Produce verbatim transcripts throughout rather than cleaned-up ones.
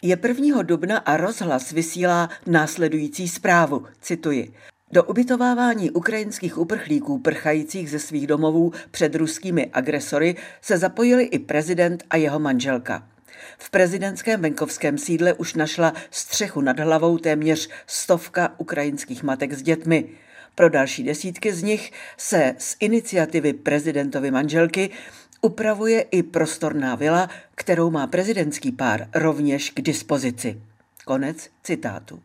Je prvního dubna a Rozhlas vysílá následující zprávu, cituji. Do ubytovávání ukrajinských uprchlíků prchajících ze svých domovů před ruskými agresory se zapojili i prezident a jeho manželka. V prezidentském venkovském sídle už našla střechu nad hlavou téměř stovka ukrajinských matek s dětmi. Pro další desítky z nich se z iniciativy prezidentovy manželky upravuje i prostorná vila, kterou má prezidentský pár rovněž k dispozici. Konec citátu.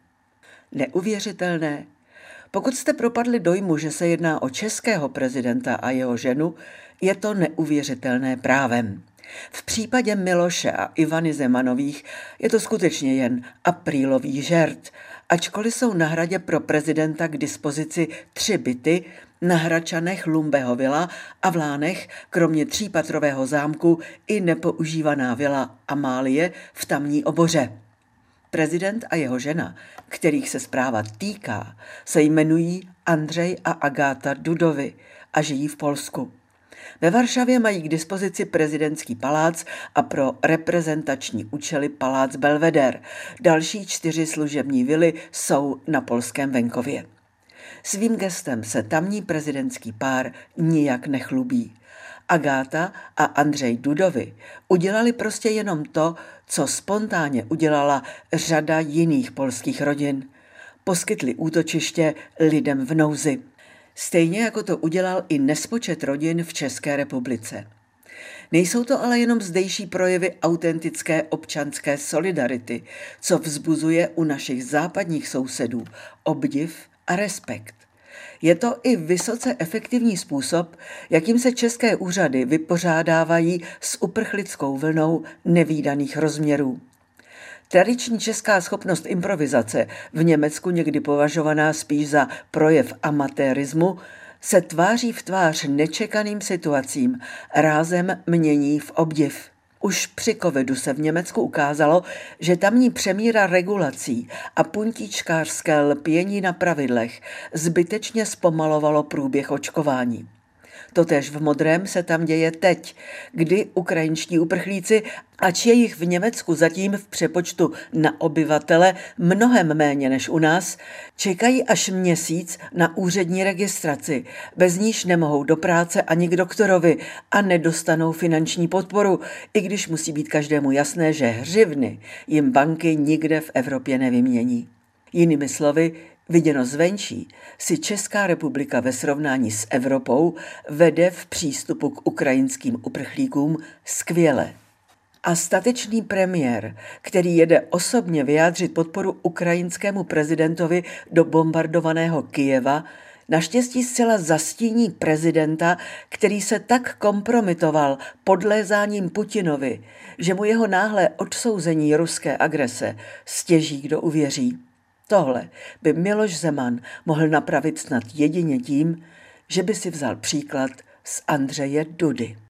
Neuvěřitelné. Pokud jste propadli dojmu, že se jedná o českého prezidenta a jeho ženu, je to neuvěřitelné právem. V případě Miloše a Ivany Zemanových je to skutečně jen aprílový žert, ačkoliv jsou na Hradě pro prezidenta k dispozici tři byty, na Hradčanech Lumbeho vila a v Lánech, kromě třípatrového zámku, i nepoužívaná vila Amálie v tamní oboře. Prezident a jeho žena, kterých se zpráva týká, se jmenují Andřej a Agáta Dudovi a žijí v Polsku. Ve Varšavě mají k dispozici prezidentský palác a pro reprezentační účely palác Belvedere. Další čtyři služební vily jsou na polském venkově. Svým gestem se tamní prezidentský pár nijak nechlubí. Agáta a Andřej Dudovi udělali prostě jenom to, co spontánně udělala řada jiných polských rodin. Poskytli útočiště lidem v nouzi. Stejně jako to udělal i nespočet rodin v České republice. Nejsou to ale jenom zdejší projevy autentické občanské solidarity, co vzbuzuje u našich západních sousedů obdiv a respekt. Je to i vysoce efektivní způsob, jakým se české úřady vypořádávají s uprchlickou vlnou nevídaných rozměrů. Tradiční česká schopnost improvizace, v Německu někdy považovaná spíš za projev amatérismu, se tváří v tvář nečekaným situacím, rázem mění v obdiv. Už při covidu se v Německu ukázalo, že tamní přemíra regulací a puntíčkářské lpění na pravidlech zbytečně zpomalovalo průběh očkování. Totéž v modrém se tam děje teď, kdy ukrajinští uprchlíci, ač je jich v Německu zatím v přepočtu na obyvatele mnohem méně než u nás, čekají až měsíc na úřední registraci, bez níž nemohou do práce ani k doktorovi a nedostanou finanční podporu, i když musí být každému jasné, že hřivny jim banky nikde v Evropě nevymění. Jinými slovy, viděno zvenčí, si Česká republika ve srovnání s Evropou vede v přístupu k ukrajinským uprchlíkům skvěle. A statečný premiér, který jede osobně vyjádřit podporu ukrajinskému prezidentovi do bombardovaného Kyjeva, naštěstí zcela zastíní prezidenta, který se tak kompromitoval podlézáním Putinovi, že mu jeho náhlé odsouzení ruské agrese stěží kdo uvěří. Tohle by Miloš Zeman mohl napravit snad jedině tím, že by si vzal příklad z Andřeje Dudy.